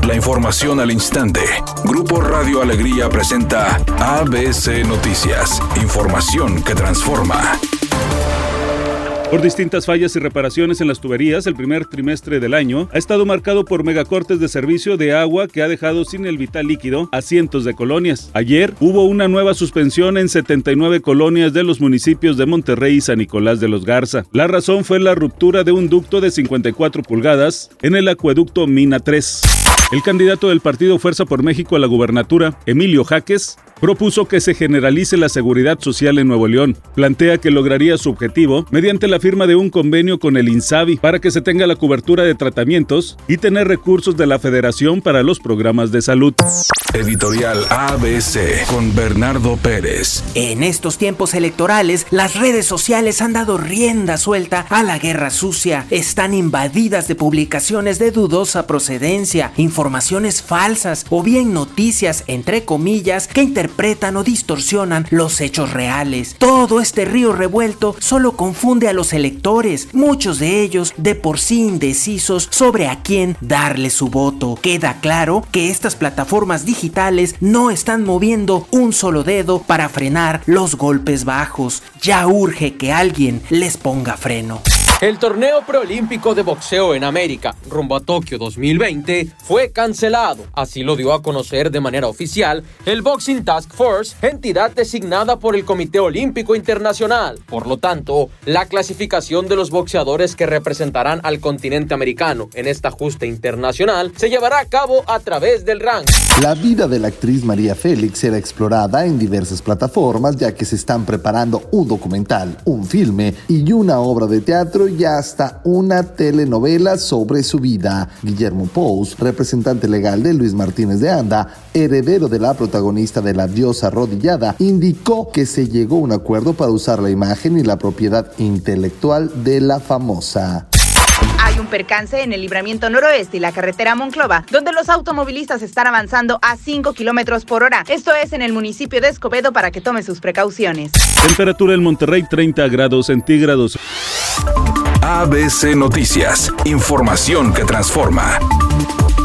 La información al instante. Grupo Radio Alegría presenta ABC Noticias. Información que transforma. Por distintas fallas y reparaciones en las tuberías, el primer trimestre del año ha estado marcado por megacortes de servicio de agua que ha dejado sin el vital líquido a cientos de colonias. Ayer hubo una nueva suspensión en 79 colonias de los municipios de Monterrey y San Nicolás de los Garza. La razón fue la ruptura de un ducto de 54 pulgadas en el acueducto Mina 3. El candidato del partido Fuerza por México a la gubernatura, Emilio Jaques, propuso que se generalice la seguridad social en Nuevo León. Plantea que lograría su objetivo mediante la firma de un convenio con el INSABI para que se tenga la cobertura de tratamientos y tener recursos de la Federación para los programas de salud. Editorial ABC con Bernardo Pérez. En estos tiempos electorales, las redes sociales han dado rienda suelta a la guerra sucia. Están invadidas de publicaciones de dudosa procedencia, informaciones falsas o bien noticias, entre comillas, que interpretan o distorsionan los hechos reales. Todo este río revuelto solo confunde a los electores, muchos de ellos de por sí indecisos sobre a quién darle su voto. Queda claro que estas plataformas digitales no están moviendo un solo dedo para frenar los golpes bajos. Ya urge que alguien les ponga freno. El torneo preolímpico de boxeo en América, rumbo a Tokio 2020, fue cancelado. Así lo dio a conocer de manera oficial el Boxing Task Force, entidad designada por el Comité Olímpico Internacional. Por lo tanto, la clasificación de los boxeadores que representarán al continente americano en esta justa internacional se llevará a cabo a través del ranking. La vida de la actriz María Félix será explorada en diversas plataformas, ya que se están preparando un documental, un filme y una obra de teatro y hasta una telenovela sobre su vida. Guillermo Pous, representante legal de Luis Martínez de Anda, heredero de la protagonista de La Diosa Arrodillada, indicó que se llegó a un acuerdo para usar la imagen y la propiedad intelectual de la famosa. Hay un percance en el libramiento noroeste y la carretera Monclova, donde los automovilistas están avanzando a 5 kilómetros por hora. Esto es en el municipio de Escobedo, para que tome sus precauciones. Temperatura en Monterrey 30 grados centígrados. ABC Noticias. Información que transforma.